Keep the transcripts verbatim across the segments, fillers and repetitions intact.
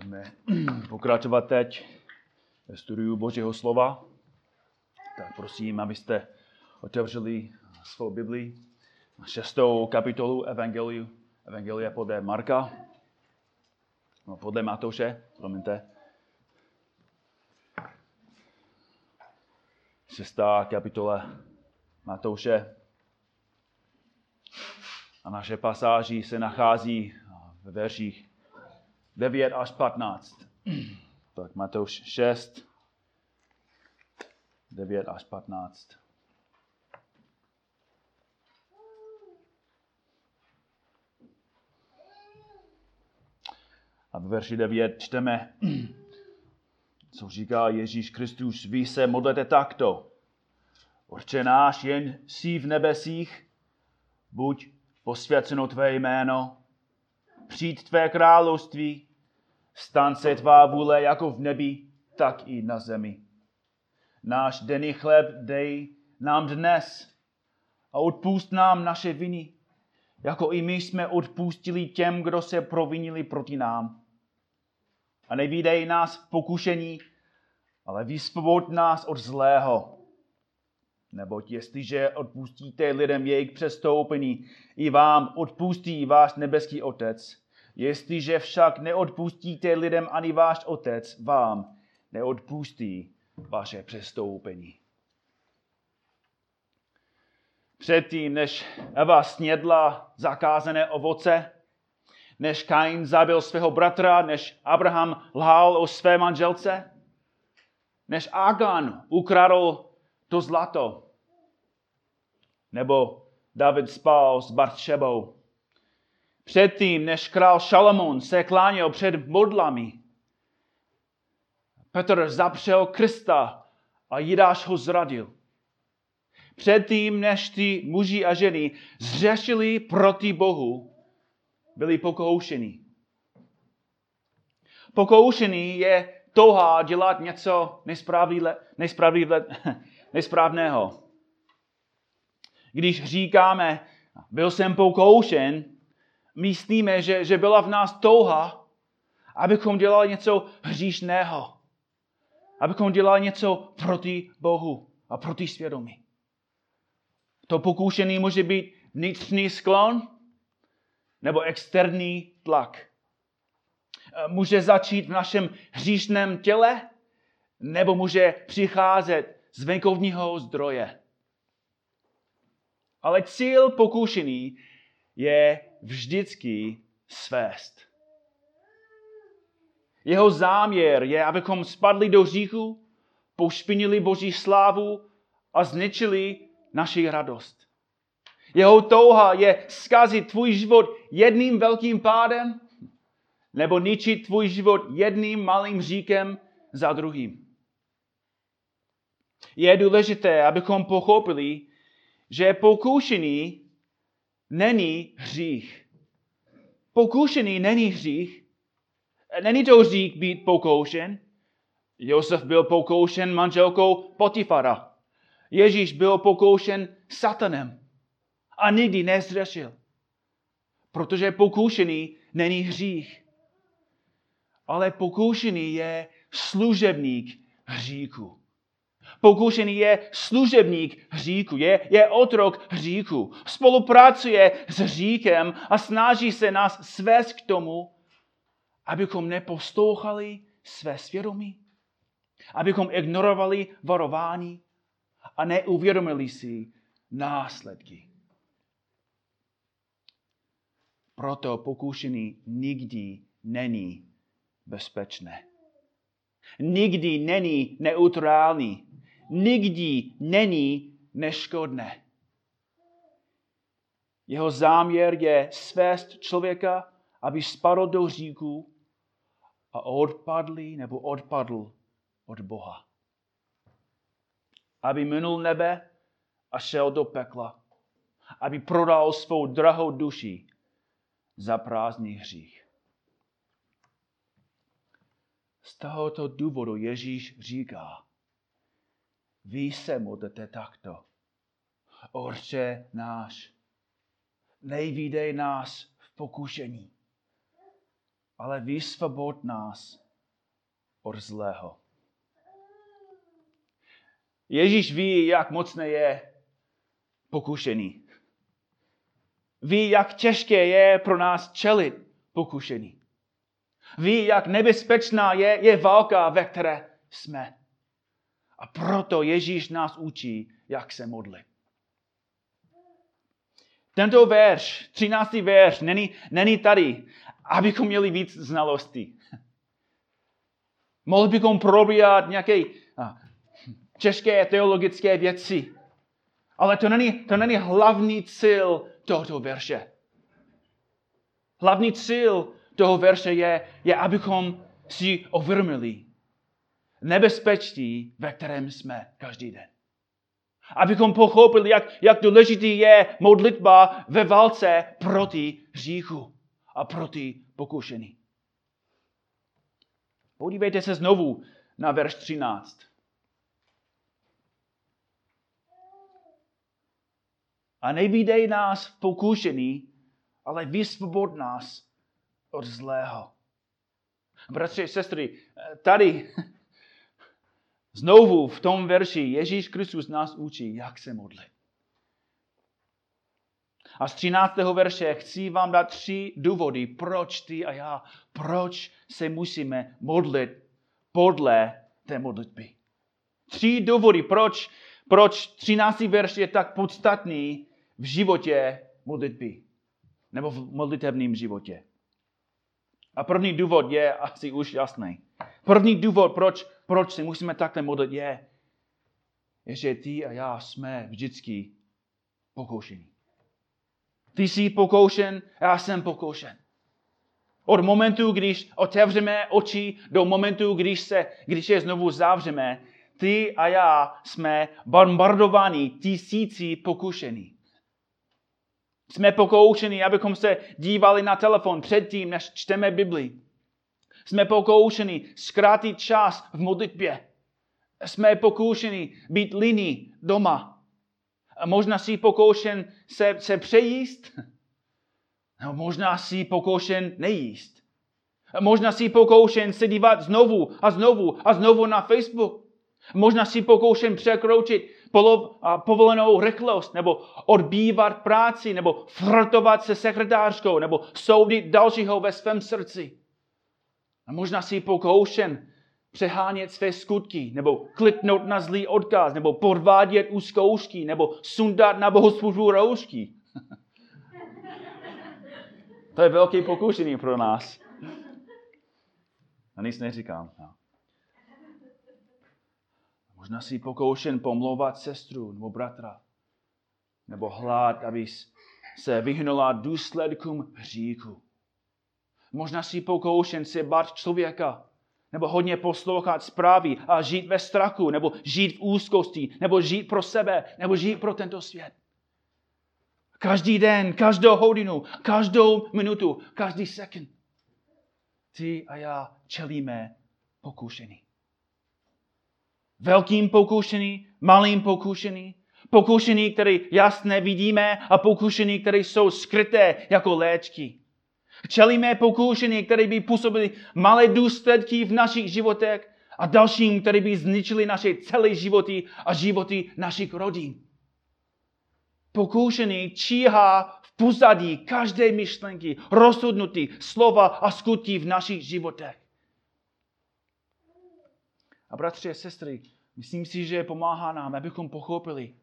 Budeme pokračovat teď ve studiu Božího slova. Tak prosím, abyste otevřeli svou Bibli, šestou kapitolu Evangeliu, Evangelia podle Marka, no, podle Matouše, promiňte. Šestá kapitola Matouše. A naše pasáži se nachází ve verších devět až patnáct. Tak Matouš šest, devět až patnáct. A v verši devět čteme, co říká Ježíš Kristus: vy se modlete takto. Otče náš, jen jsi v nebesích, buď posvěceno tvé jméno, přijď tvé království, stan se tvá vůle jako v nebi, tak i na zemi. Náš denní chléb dej nám dnes a odpusť nám naše viny, jako i my jsme odpustili těm, kdo se provinili proti nám. A nevídej nás v pokušení, ale vysvoboď nás od zlého. Neboť jestliže odpustíte lidem jejich přestoupení, i vám odpustí váš nebeský Otec. Jestliže však neodpustíte lidem, ani váš Otec vám neodpustí vaše přestoupení. Předtím, než Eva snědla zakázané ovoce, než Kain zabil svého bratra, než Abraham lhal o své manželce, než Agan ukradl to zlato, nebo David spal s Batšebou. Předtím, než král Šalamón se kláněl před modlami, Petr zapřel Krista a Jidáš ho zradil. Předtím, než ty muži a ženy zřešili proti Bohu, byli pokoušeni. Pokoušení je touha dělat něco nesprávného. Když říkáme, byl jsem pokoušen, myslíme, že, že byla v nás touha, abychom dělali něco hříšného. Abychom dělali něco proti Bohu a proti svědomí. To pokušení může být vnitřní sklon nebo externí tlak. Může začít v našem hříšném těle nebo může přicházet z venkovního zdroje. Ale cíl pokušení je vždycky svést. Jeho záměr je, abychom spadli do hříchu, pošpinili Boží slávu a zničili naši radost. Jeho touha je zkazit tvůj život jedním velkým pádem nebo ničit tvůj život jedním malým hříchem za druhým. Je důležité, abychom pochopili, že pokušení není hřích. Pokušení není hřích. Není to hřích být pokoušen. Josef byl pokoušen manželkou Potifara. Ježíš byl pokoušen satanem a nikdy nezřešil. Protože pokušení není hřích. Ale pokušení je služebník hříchu. Pokušený je služebník hříchu, je, je otrok hříchu. Spolupracuje s hříchem a snaží se nás svést k tomu, abychom neposlouchali své svědomí, abychom ignorovali varování a neuvědomili si následky. Proto pokušení nikdy není bezpečné. Nikdy není neutrální. Nikdy není neškodné. Jeho záměr je svést člověka, aby spadl do hříchu a odpadl nebo odpadl od Boha. Aby minul nebe a šel do pekla. Aby prodal svou drahou duši za prázdný hřích. Z tohoto důvodu Ježíš říká: vy se modlete takto. Otče náš, nevídej nás v pokušení, ale vysvobod nás od zlého. Ježíš ví, jak mocné je pokušení. Ví, jak těžké je pro nás čelit pokušení. Ví, jak nebezpečná je, je válka, ve které jsme. A proto Ježíš nás učí, jak se modlit. Tento verš, třináctý verš, není, není tady, abychom měli víc znalostí. Mohli bychom probíhat nějaké a, těžké teologické věci. Ale to není, to není hlavní cíl tohoto verše. Hlavní cíl toho verše je, je abychom si uvědomili nebezpečí, ve kterém jsme každý den. Abychom pochopili, jak, jak důležitý je modlitba ve válce proti hříchu a proti pokušení. Podívejte se znovu na verš třináct. A nevídej nás v pokušení, ale vysvobod nás od zlého. Bratři a sestry, tady znovu v tom verši Ježíš Kristus nás učí, jak se modlit. A z třináctého verše chci vám dát tři důvody, proč ty a já, proč se musíme modlit podle té modlitby. Tři důvody, proč, proč třináctý verš je tak podstatný v životě modlitby, nebo v modlitevním životě. A první důvod je asi už jasný. První důvod, proč, proč se musíme takhle modlit, je, je, že ty a já jsme vždycky pokoušení. Ty jsi pokoušen, já jsem pokoušen. Od momentu, když otevřeme oči, do momentu, když, se, když je znovu zavřeme, ty a já jsme bombardováni tisíci pokušení. Jsme pokoušeni, abychom se dívali na telefon předtím, než čteme Bibli. Jsme pokoušeni zkrátit čas v modlitbě. Jsme pokoušeni být líní doma. A možná si pokoušen se, se přejíst. No, možná si pokoušen nejíst. A možná si pokoušen se dívat znovu a znovu a znovu na Facebook. Možná si pokoušen překročit polov, a povolenou rychlost, nebo odbývat práci, nebo flirtovat se sekretářkou, nebo soudit dalšího ve svém srdci. A možná si pokoušen přehánět své skutky, nebo kliknout na zlý odkaz, nebo podvádět u zkoušky, nebo sundat na bohoslužbu roušky. To je velké pokušení pro nás. A nic neříkám. No. Možná si pokoušen pomlouvat sestru nebo bratra. Nebo hlad, aby se vyhnula důsledkům hříchu. Možná si pokoušen se bát člověka. Nebo hodně poslouchat zprávy a žít ve strachu. Nebo žít v úzkosti. Nebo žít pro sebe. Nebo žít pro tento svět. Každý den, každou hodinu, každou minutu, každý sekund. Ty a já čelíme pokušení. Velkým pokušení, malým pokušení, pokušení, které jasně vidíme a pokušení, které jsou skryté jako léčky. Čelíme pokušení, které by působily malé důsledky v našich životech a dalším, které by zničily naše celé životy a životy našich rodin. Pokušení číhá v pozadí každé myšlenky, rozhodnutí, slova a skutky v našich životech. A bratři a sestry, myslím si, že pomáhá nám, abychom pochopili,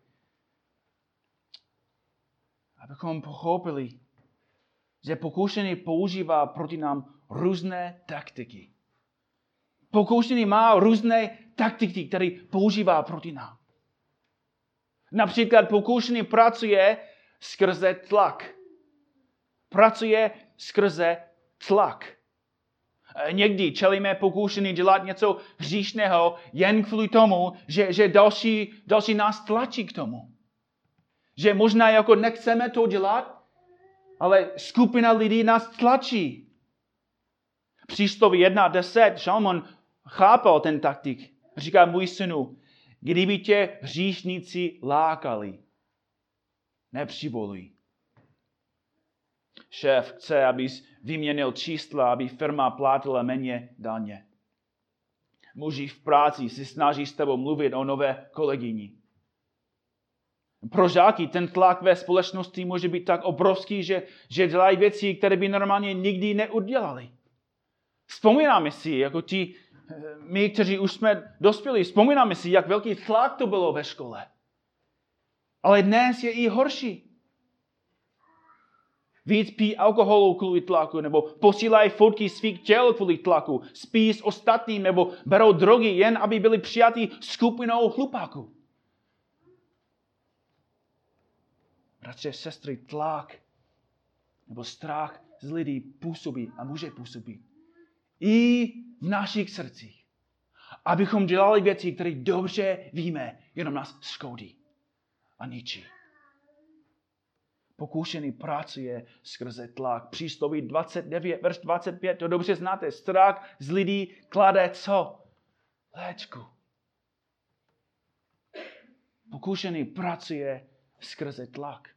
abychom pochopili, že pokušení používá proti nám různé taktiky. Pokušení má různé taktiky, které používá proti nám. Například pokušení pracuje skrze tlak. Pracuje skrze tlak. Někdy čelíme pokušení dělat něco hříšného jen kvůli tomu, že, že další, další nás tlačí k tomu. Že možná jako nechceme to dělat, ale skupina lidí nás tlačí. Přísloví jedna deset Šalmon chápal ten taktik. Říká: můj synu, kdyby tě hříšníci lákali, nepřivoluj. Šéf chce, abys vyměnil čísla, aby firma platila méně daně. Muži v práci si snaží s tebou mluvit o nové kolegyni. Pro žáky ten tlak ve společnosti může být tak obrovský, že, že dělají věci, které by normálně nikdy neudělali. Vzpomínáme si, jako ti, my, kteří už jsme dospěli, vzpomínáme si, jak velký tlak to bylo ve škole. Ale dnes je i horší. Víc pí alkoholu kvůli tlaku, nebo posílají fotky svých těl kvůli tlaku, spí s ostatním, nebo berou drogy jen, aby byli přijatí skupinou hlupáků. Bratře, sestry, tlak nebo strach z lidí působí a může působit i v našich srdcích. Abychom dělali věci, které dobře víme, jenom nás škodí a ničí. Pokušený pracuje skrze tlak. Přísloví dvacet devět, verš dvacet pět, to dobře znáte. Strach z lidí klade co? Léčku. Pokušený pracuje skrze tlak.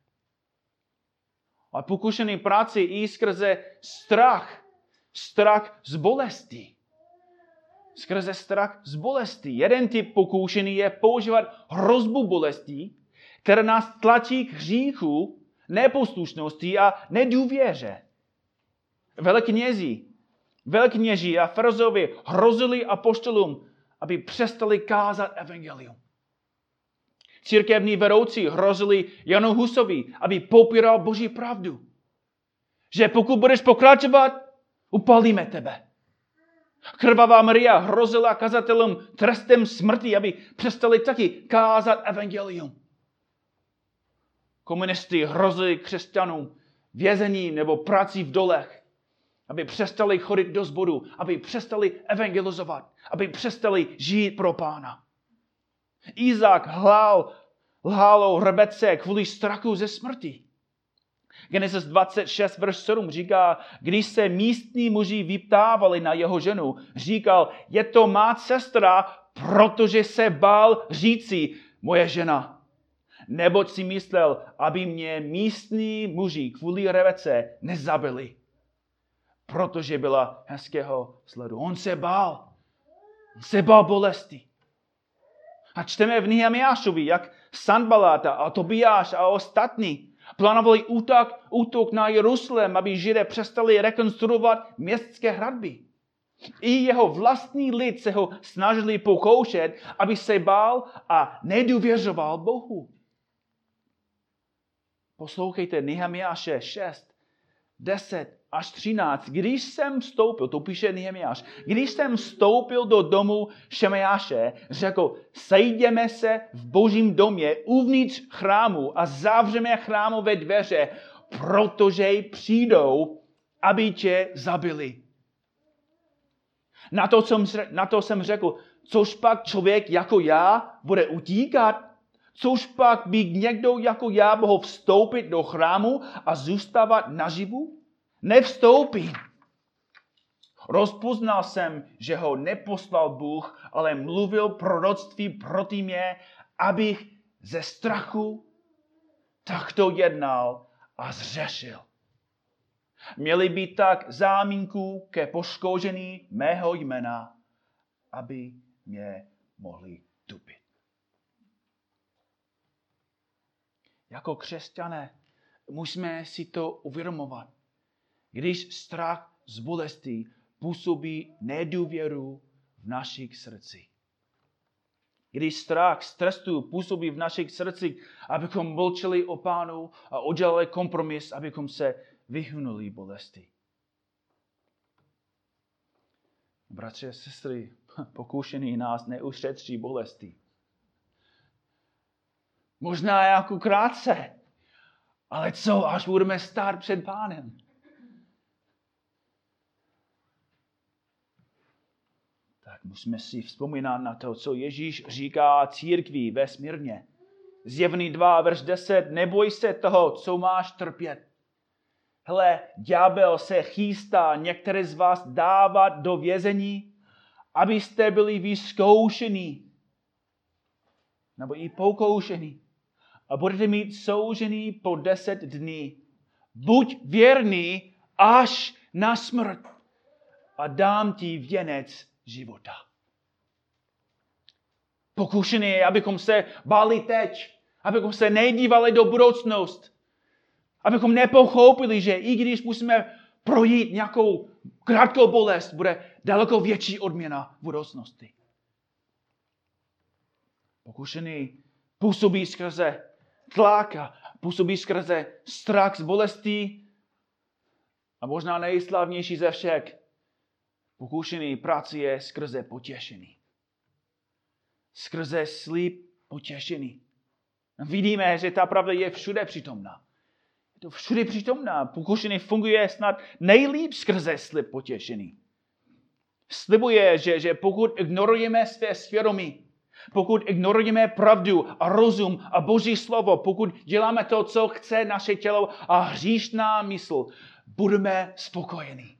A pokušený pracuje i skrze strach. Strach z bolesti. Skrze strach z bolesti. Jeden typ pokoušený je používat hrozbu bolesti, která nás tlačí k hříchu, neposlušnosti a nedůvěře. Veleknězi, velekněži a farizeovi hrozili apoštolům, aby přestali kázat evangelium. Církevní vedoucí hrozili Janu Husovi, aby popíral Boží pravdu. Že pokud budeš pokračovat, upálíme tebe. Krvavá Maria hrozila kazatelům trestem smrti, aby přestali taky kázat evangelium. Komunisti hrozili křesťanům vězením nebo prací v dolech, aby přestali chodit do sboru, aby přestali evangelizovat, aby přestali žít pro Pána. Izák lhal, lhal o Rebece kvůli strachu ze smrti. Genesis dvacet šest, verš sedm říká, když se místní muži vyptávali na jeho ženu, říkal, je to má sestra, protože se bál říci, moje žena. Neboť si myslel, aby mě místní muži kvůli Rebece nezabili, protože byla hezkého sledu. On se bál. On se bál bolesti. A čteme v Nehemiášovi, jak Sanbalát a Tobiáš a ostatní plánovali útok, útok na Jeruzalém, aby Židé přestali rekonstruovat městské hradby. I jeho vlastní lid se ho snažili pokoušet, aby se bál a nedůvěřoval Bohu. Poslouchejte Nehemiáše šest, deset až třináct. Když jsem vstoupil, to píše Nehemiáš, když jsem vstoupil do domu Šemejáše, řekl, sejdeme se v Božím domě uvnitř chrámu a zavřeme chrámové dveře, protože přijdou, aby tě zabili. Na to, jsem, na to jsem řekl, což pak člověk jako já bude utíkat? Což pak by někdo jako já mohl vstoupit do chrámu a zůstávat naživu? Nevstoupí. Rozpoznal jsem, že ho neposlal Bůh, ale mluvil proroctví proti mě, abych ze strachu takto jednal a zřešil. Měli by tak záminku ke poškození mého jména, aby mě mohli tupit. Jako křesťané musíme si to uvědomovat. Když strach z bolesti působí nedůvěru v našich srdcích. Když strach z trestu působí v našich srdcích, abychom mlčeli o Pánu a udělali kompromis, abychom se vyhnuli bolesti. Bratři a sestry, pokušení nás neušetří bolesti. Možná jako krátce, ale co, až budeme stát před Pánem? Tak musíme si vzpomínat na to, co Ježíš říká církvi ve Smyrně. Zjevný dva, verš deset, neboj se toho, co máš trpět. Hele, ďábel se chystá některé z vás dávat do vězení, abyste byli vyzkoušení, nebo i pokoušení. A budete mít soužený po deset dní. Buď věrný až na smrt a dám ti věnec života. Pokušení, abychom se báli teď, abychom se nedívali do budoucnost, abychom nepochopili, že i když musíme projít nějakou krátkou bolest, bude daleko větší odměna v budoucnosti. Pokušení působí skrze tlak a působí skrze strach z bolestí a možná nejslavnější ze všech. Pokušení pracuje skrze potěšení. Skrze slib potěšení. Vidíme, že ta pravda je všude přítomná. Je to všude přítomná. Pokušení funguje snad nejlíp skrze slib potěšení. Slibuje, že, že pokud ignorujeme své svědomí, pokud ignorujeme pravdu a rozum a Boží slovo, pokud děláme to, co chce naše tělo a hříšná mysl, budeme spokojení.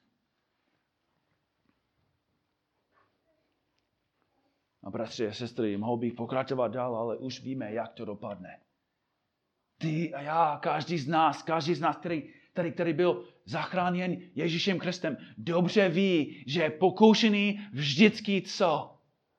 A bratři a sestry, mohl bych pokračovat dál, ale už víme, jak to dopadne. Ty a já, každý z nás, každý z nás, který, který, který byl zachráněn Ježíšem Kristem, dobře ví, že pokušený vždycky co?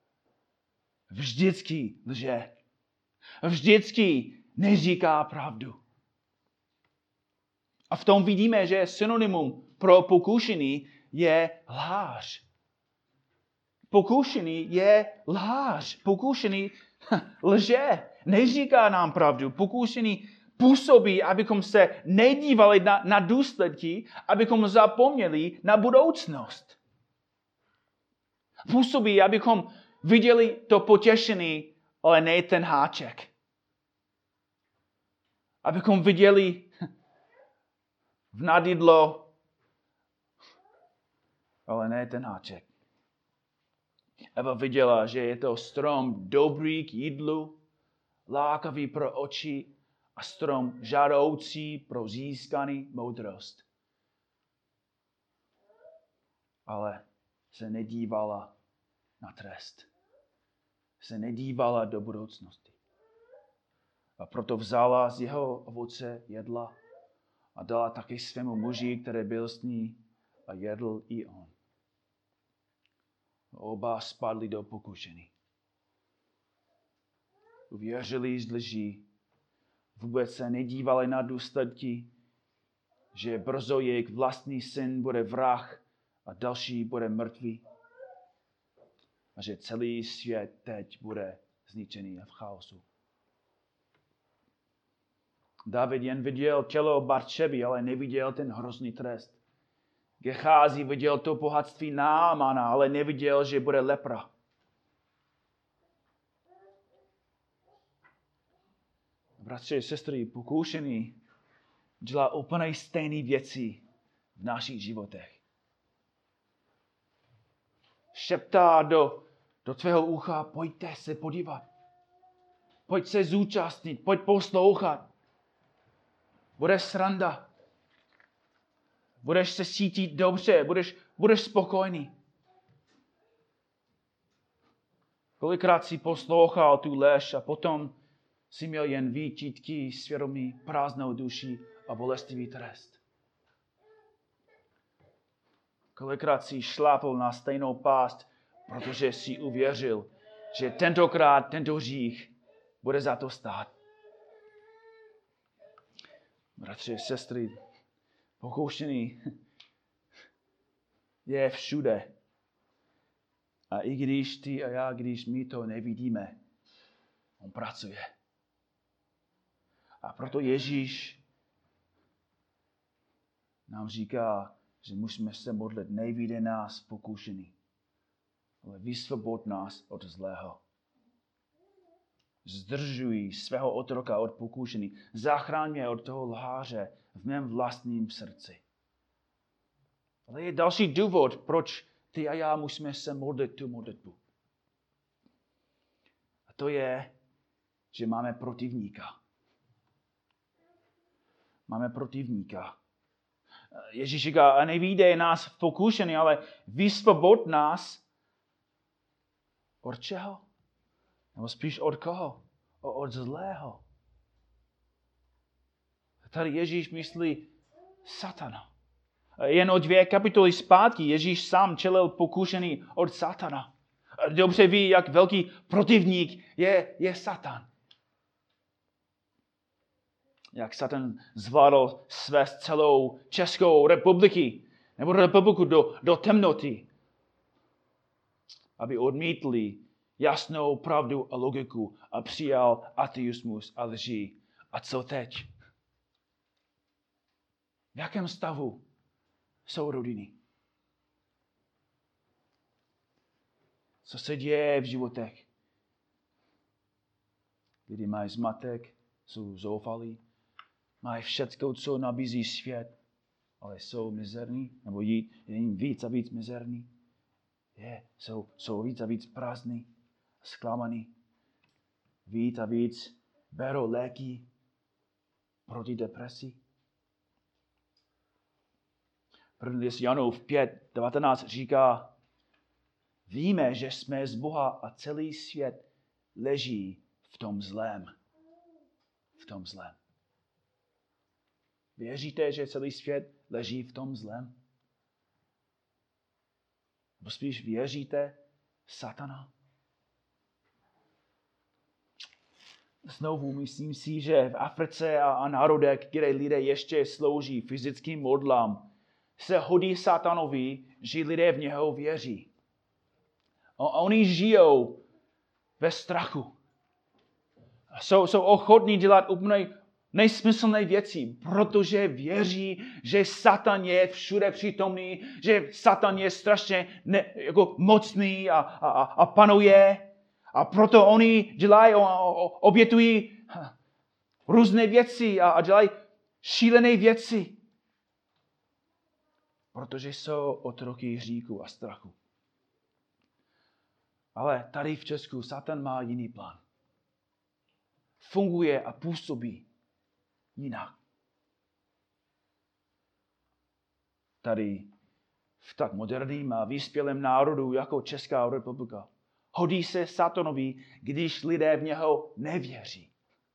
Vždycky lže. Vždycky neříká pravdu. A v tom vidíme, že synonymum pro pokušený je lhář. Pokušený je lhář. Pokušený lže. Neříká nám pravdu. Pokušený působí, abychom se nedívali na, na důsledky, abychom zapomněli na budoucnost. Působí, abychom viděli to potěšení, ale ne ten háček. Abychom viděli v nadidlo, ale ne ten háček. Eva viděla, že je to strom dobrý k jídlu, lákavý pro oči a strom žádoucí pro získaný moudrost. Ale se nedívala na trest. Se nedívala do budoucnosti. A proto vzala z jeho ovoce, jedla a dala taky svému muži, který byl s ní, a jedl i on. Oba spadli do pokušení. Uvěřili z lží. Vůbec se nedívali na důsledky, že brzo jejich vlastní syn bude vrah a další bude mrtvý. A že celý svět teď bude zničený a v chaosu. David jen viděl tělo Batšeby, ale neviděl ten hrozný trest. Geházi viděl to bohatství Námana, ale neviděl, že bude lepra. Bratři a sestry, pokušení dělá úplně stejné věci v našich životech. Šeptá do, do tvého ucha, pojďte se podívat. Pojď se zúčastnit, pojď poslouchat. Bude sranda. Budeš se cítit dobře, budeš, budeš spokojný. Kolikrát jsi poslouchal tu lež a potom jsi měl jen výčitky, svědomí, prázdnou duši a bolestivý trest. Kolikrát jsi šlápl na stejnou pást, protože jsi uvěřil, že tentokrát tento hřích bude za to stát. Bratři a sestry, pokoušení je všude. A i když ty a já, když my to nevidíme, on pracuje. A proto Ježíš nám říká, že musíme se modlit, nevíde nás pokušení, ale vysvobod nás od zlého. Zdržuj svého otroka od pokušení. Zachraň mě od toho lháře v mém vlastním srdci. Ale je další důvod, proč ty a já musíme se modlit tu modlitbu. A to je, že máme protivníka. Máme protivníka. Ježíš říká, a nevíde nás v pokušení, ale vysvobod nás od čeho? Nebo spíš od koho? O, od zlého. Tady Ježíš myslí satana. Jen o dvě kapitoly zpátky Ježíš sám čelil pokušení od Satana. Dobře ví, jak velký protivník je, je Satan. Jak Satan zvládl svést celou Českou republiky nebo republiku do, do temnoty, aby odmítli jasnou pravdu a logiku a přijal ateismus a lži. A co teď? V jakém stavu jsou rodiny? Co se děje v životech? Lidi mají zmatek, jsou zoufalí, mají všecko, co nabízí svět, ale jsou mizerní, nebo jít jim víc a víc mizerní. Je, jsou, jsou víc a víc prázdní, zklamaní. Víc a víc berou léky proti depresi. První list Janův pět devatenáct říká, víme, že jsme z Boha a celý svět leží v tom zlém. V tom zlém. Věříte, že celý svět leží v tom zlém? Nebo spíš věříte Satana? Znovu myslím si, že v Africe a, a národech, kde lidé ještě slouží fyzickým modlám, se hodí Satanovi, že lidé v něho věří. A oni žijou ve strachu. Jsou, jsou ochotní dělat úplně nejsmyslné věci, protože věří, že Satan je všude přítomný, že Satan je strašně ne, jako mocný a, a, a panuje. A proto oni dělají, obětují různé věci a, a dělají šílené věci. Protože jsou otroky hříchu a strachu. Ale tady v Česku Satan má jiný plán. Funguje a působí jinak. Tady v tak moderním a vyspělém národu jako Česká republika hodí se Satanovi, když lidé v něho nevěří.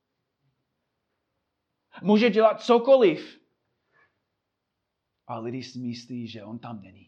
Může dělat cokoliv, a lidi si myslí, že on tam není.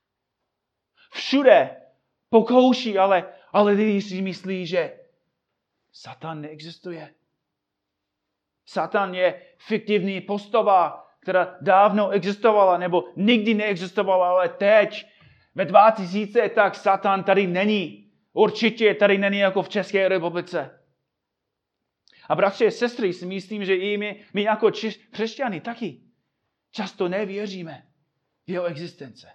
Všude pokouší, ale, ale lidi si myslí, že Satan neexistuje. Satan je fiktivní postava, která dávno existovala, nebo nikdy neexistovala, ale teď, ve dva tisíce, tak Satan tady není. Určitě tady není jako v České republice. A bratři a sestry, si myslím, že i my, my jako křesťany taky často nevěříme v jeho existence.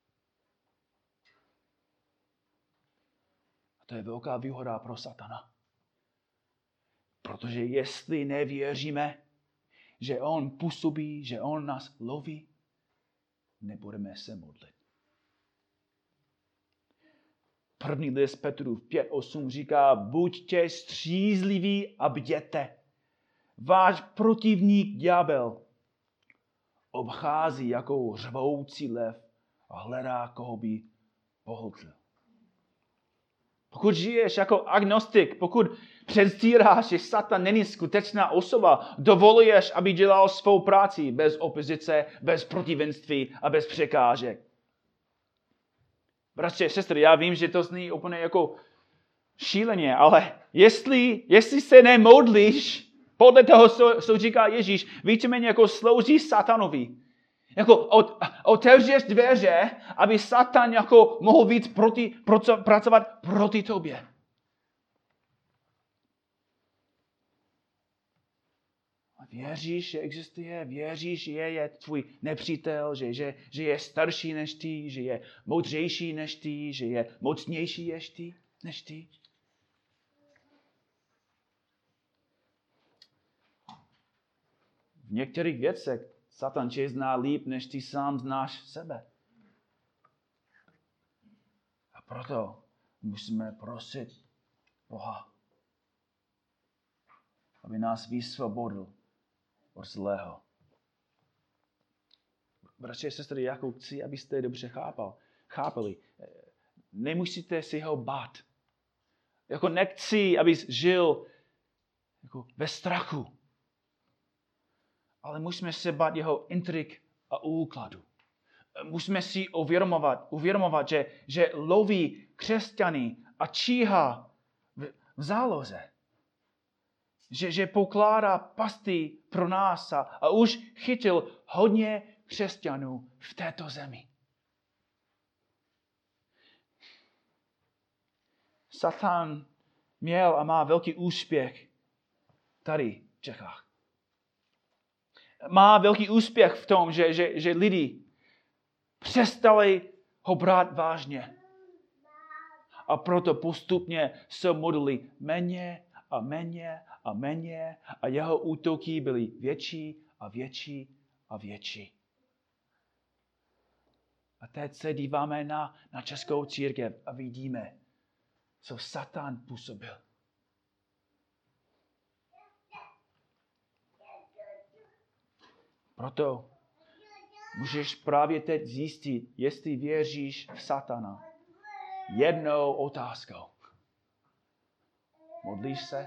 A to je velká výhoda pro Satana. Protože jestli nevěříme, že on působí, že on nás loví, nebudeme se modlit. První list Petrův pět osm říká, buďte střízliví a bděte. Váš protivník ďábel obchází jako řvoucí lev a hledá, koho by pohltl. Pokud žiješ jako agnostik, pokud předstíráš, že Satan není skutečná osoba, dovoluješ, aby dělal svou práci bez opozice, bez protivenství a bez překážek. Bratře, sestry, já vím, že to zní úplně jako šíleně, ale jestli, jestli se nemodlíš podle toho, co, co říká Ježíš, víceméně jako slouží Satanovi. Jako od, otevřeš dveře, aby Satan jako mohl víc proti, proco, pracovat proti tobě. A věříš, že existuje, věříš, že je tvůj nepřítel, že, že, že je starší než ty, že je moudřejší než ty, že je mocnější než ty, než ty. V některých věcech Satan tě zná líp, než ty sám znáš sebe. A proto musíme prosit Boha, aby nás vysvobodil od zlého. Bratři a sestry, jako chci, abyste dobře chápal, chápali. Nemusíte si ho bát. Jako nechci, abys žil jako ve strachu. Ale musíme se bát jeho intrik a úkladu. musíme si uvědomovat, uvědomovat že, že loví křesťany a číhá v, v záloze. Že, že pokládá pasty pro nás a, a už chytil hodně křesťanů v této zemi. Satan měl a má velký úspěch tady v Čechách. Má velký úspěch v tom, že, že, že lidi přestali ho brát vážně. A proto postupně se modlili méně a méně a méně a jeho útoky byly větší a větší a větší. A teď se díváme na, na českou církev a vidíme, co Satan působil. Proto můžeš právě teď zjistit, jestli věříš v Satana. Jednou otázkou. Modlíš se?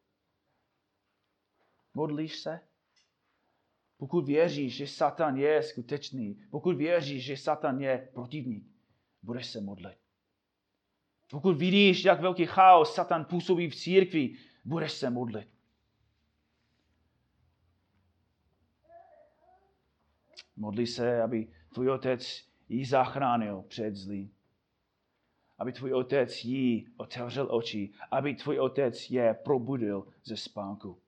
Modlíš se? Pokud věříš, že Satan je skutečný, pokud věříš, že Satan je protivník, budeš se modlit. Pokud vidíš, jak velký chaos Satan působí v církvi, budeš se modlit. Modli se, aby tvůj otec ji zachránil před zlým. Aby tvůj otec jí otevřel oči. Aby tvůj otec je probudil ze spánku.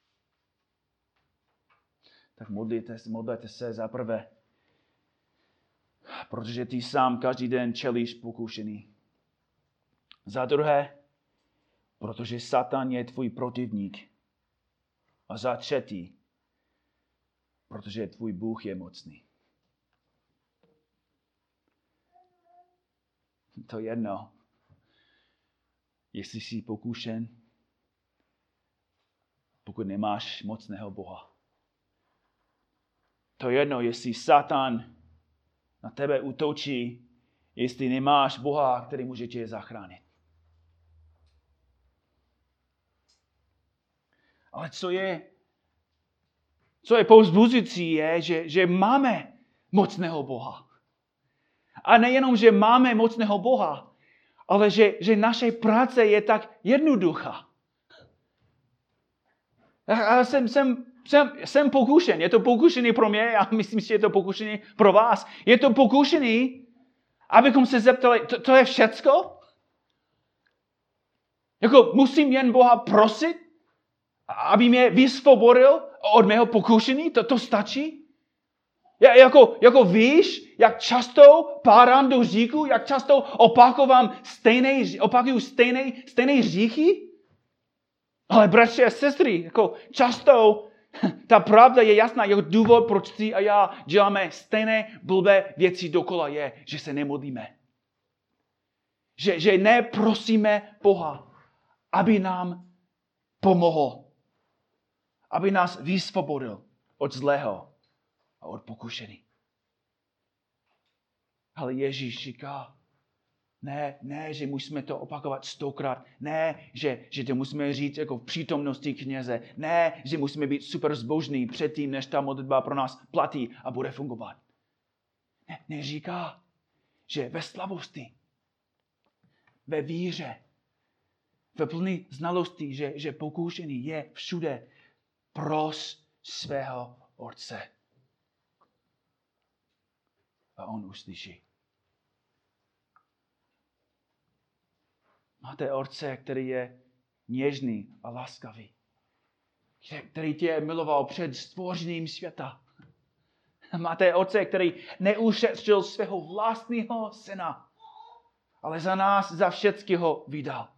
Tak modlite, modlete se za prvé. Protože ty sám každý den čelíš pokušení. Za druhé, protože Satan je tvůj protivník. A za třetí, protože tvůj Bůh je mocný. To jedno, jestli jsi pokušen, pokud nemáš mocného Boha. To jedno, jestli Satan na tebe útočí, jestli nemáš Boha, který může tě zachránit. Ale co je, co je povzbuzující, je, že, že máme mocného Boha. A nejenom, že máme mocného Boha, ale že, že naše práce je tak jednoduchá. Já jsem, jsem, jsem, jsem pokušen. Je to pokušený pro mě a myslím, že je to pokušený pro vás. Je to pokušený, abychom se zeptali, to, to je všecko? Jako musím jen Boha prosit, aby mě vysvobodil od mého pokušení? To, to stačí? Ja, jako, jako víš, jak často pádám do hříchu, jak často opakovám stejné, opakuju stejné, stejné hříchy? Ale bratři a sestry, jako často ta pravda je jasná, jako důvod, proč ty a já děláme stejné blbé věci dokola je, že se nemodlíme. Že, že neprosíme Boha, aby nám pomohl. Aby nás vysvobodil od zlého a od pokušení. Ale Ježíš říká, ne, ne, že musíme to opakovat stokrát, ne, že, že to musíme říct jako v přítomnosti kněze, ne, že musíme být super zbožní předtím, než ta modlitba pro nás platí a bude fungovat. Ne, neříká, že ve slabosti, ve víře, ve plné znalosti, že, že pokušení je všude, pros svého Otce. A on uslyší. Máte Otce, který je něžný a laskavý. Který tě miloval před stvořením světa. Máte Otce, který neušetřil svého vlastního syna, ale za nás, za všechny ho vydal.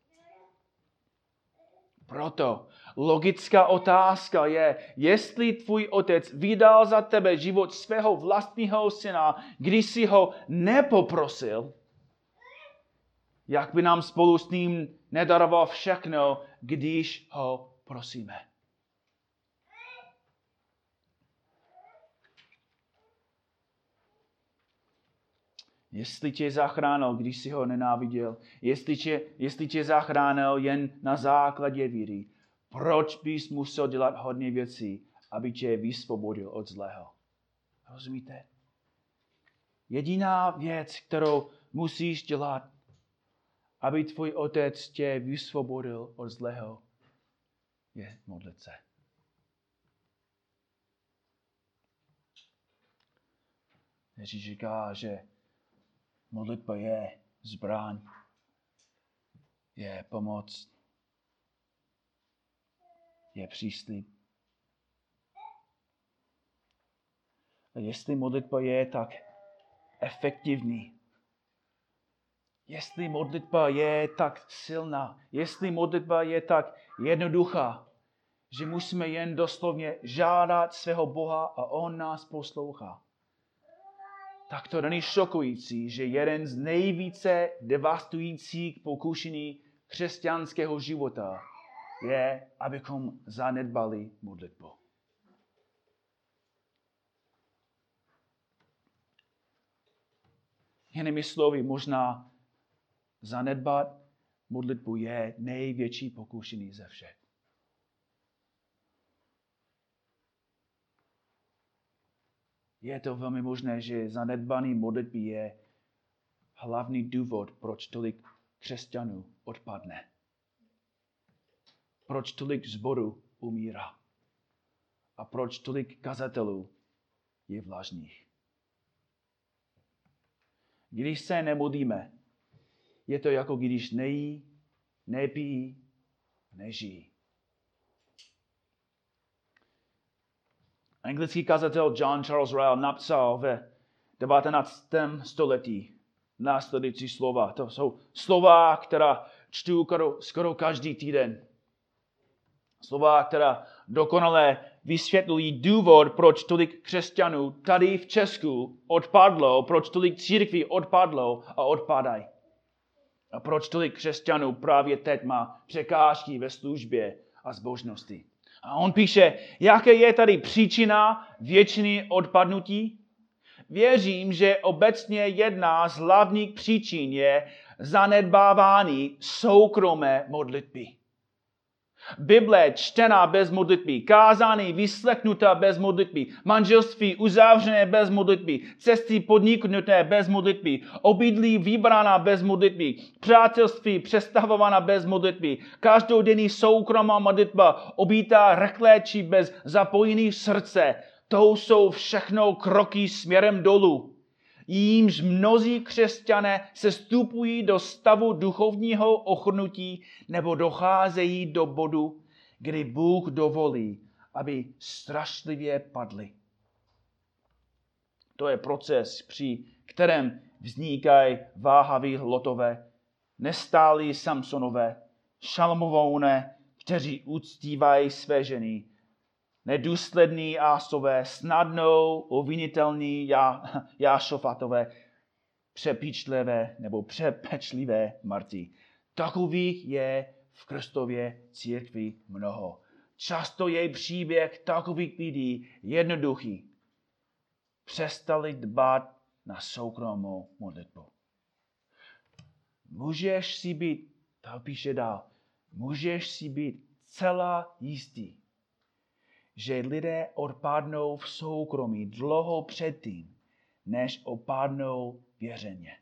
Proto logická otázka je, jestli tvůj otec vydal za tebe život svého vlastního syna, když jsi ho nepoprosil, jak by nám spolu s ním nedaroval všechno, když ho prosíme. Jestli tě zachránil, když jsi ho nenáviděl, jestli tě, jestli tě zachránil jen na základě víry, proč bys musel dělat hodně věcí, aby tě vysvobodil od zlého? Rozumíte? Jediná věc, kterou musíš dělat, aby tvůj otec tě vysvobodil od zlého, je modlit se. Ježíš říká, že modlitba je zbraň, je pomoc, je příslib. A jestli modlitba je tak efektivní, jestli modlitba je tak silná, jestli modlitba je tak jednoduchá, že musíme jen doslovně žádat svého Boha a on nás poslouchá, tak to není šokující, že jeden z nejvíce devastujících pokušení křesťanského života je, abychom zanedbali modlitbu. Jinými slovy, možná zanedbat modlitbu je největší pokušení ze všech. Je to velmi možné, že zanedbaný modlitby je hlavní důvod, proč tolik křesťanů odpadne. Proč tolik zborů umírá. A proč tolik kazatelů je vlažných. Když se nemodlíme, je to jako když nejí, nepijí, nežijí. Anglický kazatel John Charles Ryle napsal ve devatenáctém století následující slova. To jsou slova, která čtu skoro, skoro každý týden. Slova, která dokonale vysvětlují důvod, proč tolik křesťanů tady v Česku odpadlo, proč tolik církví odpadlo a odpadají. A proč tolik křesťanů právě teď má překážky ve službě a zbožnosti. A on píše, jaké je tady příčina většiny odpadnutí? Věřím, že obecně jedna z hlavních příčin je zanedbávání soukromé modlitby. Bible čtená bez modlitby, kázání vyslechnuté bez modlitby, manželství uzavřené bez modlitby, cesty podniknuté bez modlitby, obydlí vybraná bez modlitby, přátelství přestavovaná bez modlitby, každodenní soukromá modlitba obítá rychle či bez zapojení srdce. To jsou všechno kroky směrem dolů. Jímž mnozí křesťané se vstupují do stavu duchovního ochrnutí nebo docházejí do bodu, kdy Bůh dovolí, aby strašlivě padli. To je proces, při kterém vznikají váhaví Lotové, nestálí Samsonové, Šalmouné, kteří uctívají své ženy, nedůslední Ásové, snadnou uvinitelní Jášofatové, přepíčlivé nebo přepečlivé Marty. Takových je v Kristově církvi mnoho. Často je příběh takových lidí jednoduchý. Přestali dbát na soukromou modlitbu. Můžeš si být, to píše dál, můžeš si být celá jistý, že lidé odpadnou v soukromí dlouho předtím, než opadnou věřeně.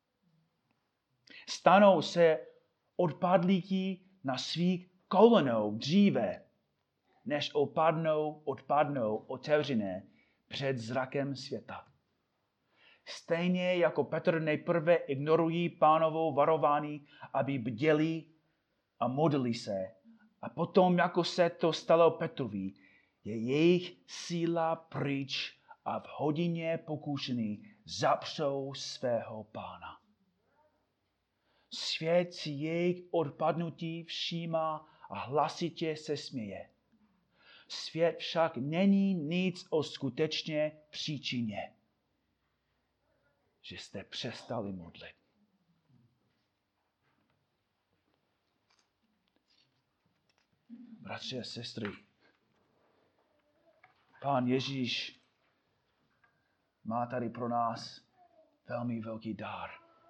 Stanou se odpadlíky na svých kolenou dříve, než opadnou, odpadnou otevřené před zrakem světa. Stejně jako Petr nejprve ignorují Pánovo varování, aby bděli a modlili se. A potom, jako se to stalo Petrovi, je jejich síla pryč a v hodině pokušení zapřou svého Pána. Svět si jejich odpadnutí všímá a hlasitě se směje. Svět však není nic o skutečné příčině, že jste přestali modlit. Bratři a sestry, Pán Ježíš má tady pro nás velmi velký dar.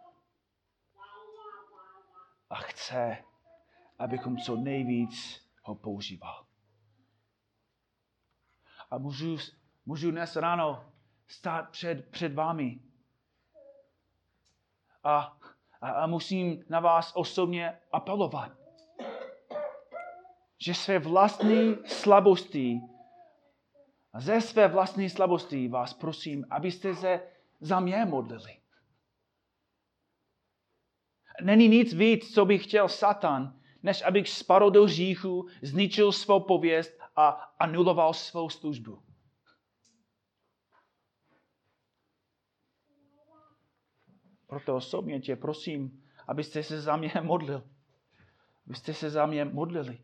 A chce, abychom co nejvíc ho používal. A můžu, můžu dnes ráno stát před, před vámi a, a, a musím na vás osobně apelovat, že své vlastní slabosti a ze své vlastní slabosti vás prosím, abyste se za mě modlili. Není nic víc, co by chtěl Satan, než abych spadl do hříchu, zničil svou pověst a anuloval svou službu. Proto osobně tě prosím, abyste se za mě modlil. Abyste se za mě modlili.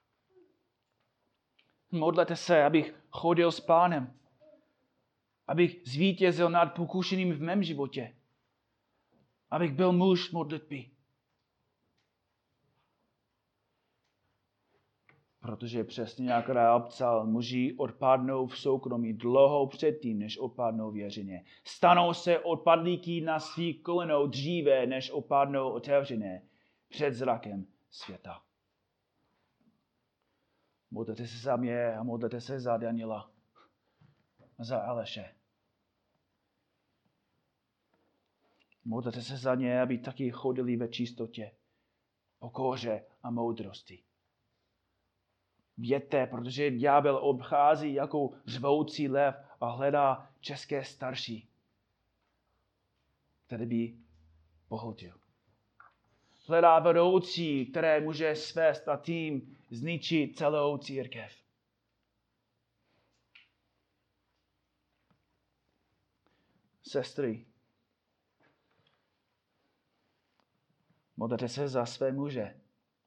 Modlete se, abych chodil s Pánem. Abych zvítězil nad pokušením v mém životě. Abych byl muž modlitby. Protože přesně jak Ráb psal, muži odpadnou v soukromí dlouho předtím, než odpadnou věřeně. Stanou se odpadlíky na svých kolenou dříve, než odpadnou otevřené před zrakem světa. Modlete se za mě a modlete se za Daniela a za Aleše. Modlete se za ně, aby taky chodili ve čistotě, pokoře a moudrosti. Vědte, protože ďábel obchází jako řvoucí lev a hledá české starší, který by pohltil. Hledá vedoucí, které může svést a tím zničit celou církev. Sestry, modlete se za své muže.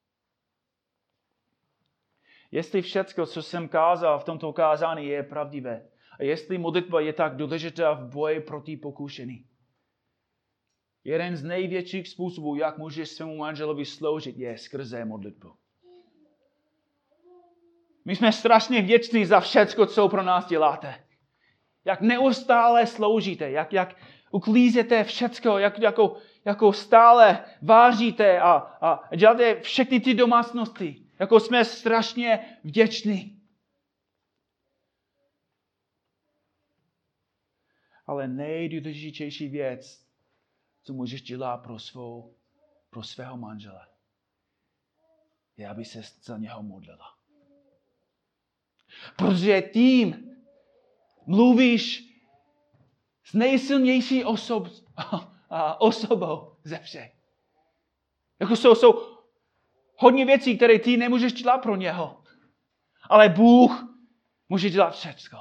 Jestli všecko, co jsem kázal v tomto kázání, je pravdivé a jestli modlitba je tak důležitá v boji proti pokušení. Jeden z největších způsobů, jak můžeš svému manželovi sloužit, je skrze modlitbu. My jsme strašně vděční za všecko, co pro nás děláte. Jak neustále sloužíte, jak, jak uklízíte všecko, jak jako, jako stále váříte a, a děláte všechny ty domácnosti. Jako jsme strašně vděční. Ale nejdůležitější věc, co můžeš dělat pro, svou, pro svého manžele, je, aby se za něho modlila. Protože tím mluvíš s nejsilnější osob, osobou ze všech. Jako jsou, jsou hodně věcí, které ty nemůžeš dělat pro něho. Ale Bůh může dělat všechno.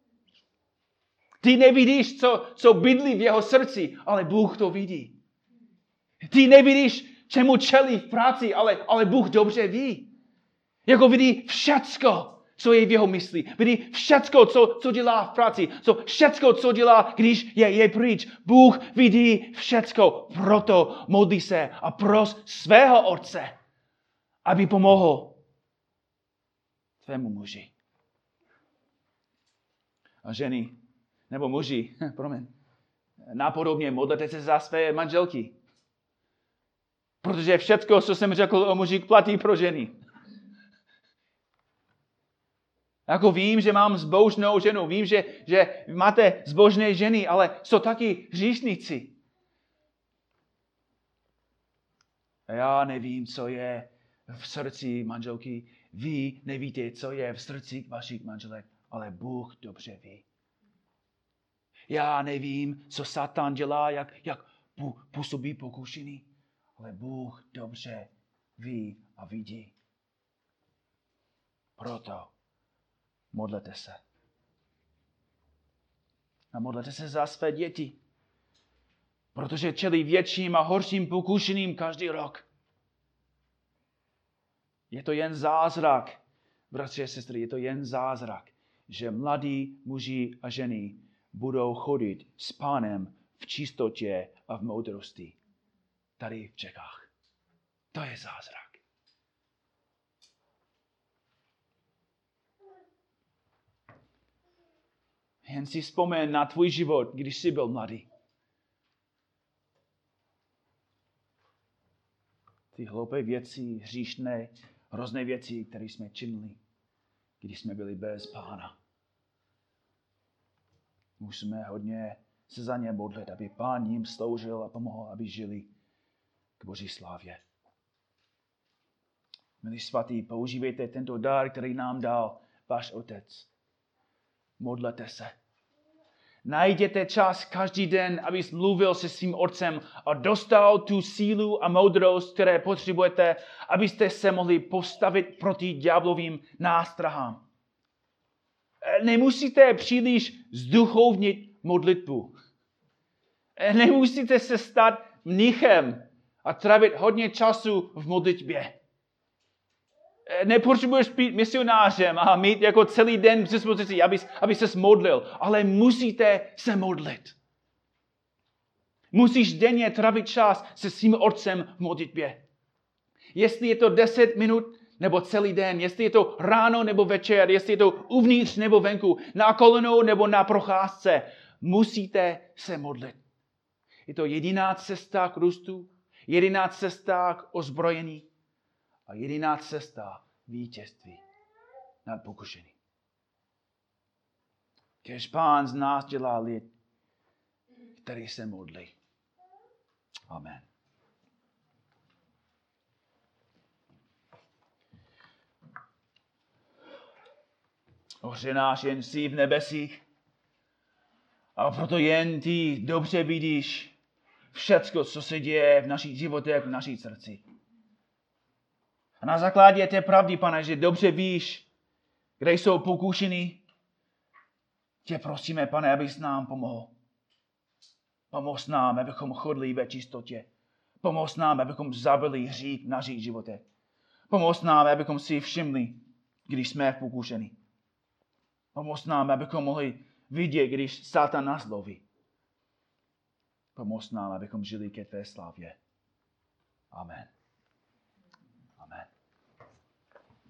Ty nevidíš, co, co bydlí v jeho srdci, ale Bůh to vidí. Ty nevidíš, čemu čelí v práci, ale, ale Bůh dobře ví. Jako vidí všecko, co je v jeho mysli. Vidí všecko, co, co dělá v práci. Co, všecko, co dělá, když je, je pryč. Bůh vidí všecko. Proto modlí se a pros svého Otce, aby pomohl tvému muži. A ženy, nebo muži, promiň, napodobně modlete se za své manželky. Protože všecko, co jsem řekl o mužích, platí pro ženy. Jako vím, že mám zbožnou ženu, vím, že, že máte zbožné ženy, ale jsou taky hříšníci. A já nevím, co je v srdci manželky. Vy nevíte, co je v srdci vašich manželek, ale Bůh dobře ví. Já nevím, co Satan dělá, jak, jak působí pokušení, ale Bůh dobře ví a vidí. Proto modlete se. A modlete se za své děti, protože čelí větším a horším pokušením každý rok. Je to jen zázrak, bratři a sestry, je to jen zázrak, že mladí muži a ženy budou chodit s Pánem v čistotě a v moudrosti tady v Čechách. To je zázrak. Jen si vzpomeň na tvůj život, když jsi byl mladý. Ty hloupé věci, hříšné, hrozné věci, které jsme činili, když jsme byli bez Pána. Už jsme hodně se za ně modlit, aby Pán jim sloužil a pomohl, aby žili k Boží slávě. Milí svatí, používejte tento dar, který nám dal váš Otec. Modlete se. Najděte čas každý den, abys mluvil se svým Otcem a dostal tu sílu a moudrost, které potřebujete, abyste se mohli postavit proti ďáblovým nástrahám. Nemusíte příliš zduchovnit modlitbu. Nemusíte se stát mnichem a trávit hodně času v modlitbě. Nepotřebuješ být misionářem a mít jako celý den k dispozici, aby, aby ses modlil, ale musíte se modlit. Musíš denně trávit čas se svým Otcem v modlitbě. Jestli je to deset minut nebo celý den, jestli je to ráno nebo večer, jestli je to uvnitř nebo venku, na kolenou nebo na procházce, musíte se modlit. Je to jediná cesta k růstu, jediná cesta k ozbrojení a jediná cesta vítězství nad pokušením. Kéž Pán z nás dělá lid, který se modlí. Amen. Otče náš, jen jsi v nebesích, a proto jen ty dobře vidíš všecko, co se děje v našich životech, v naší srdci. A na základě té pravdy, Pane, že dobře víš, kde jsou pokušení, tě prosíme, Pane, abys nám pomohl. Pomoz nám, abychom chodili ve čistotě. Pomoz nám, abychom zabili hřích v našich životech. Pomoz nám, abychom si všimli, když jsme v pokušení. Pomoz nám, abychom mohli vidět, když Satan nás loví. Pomoz nám, abychom žili ke tvé slávě. Amen.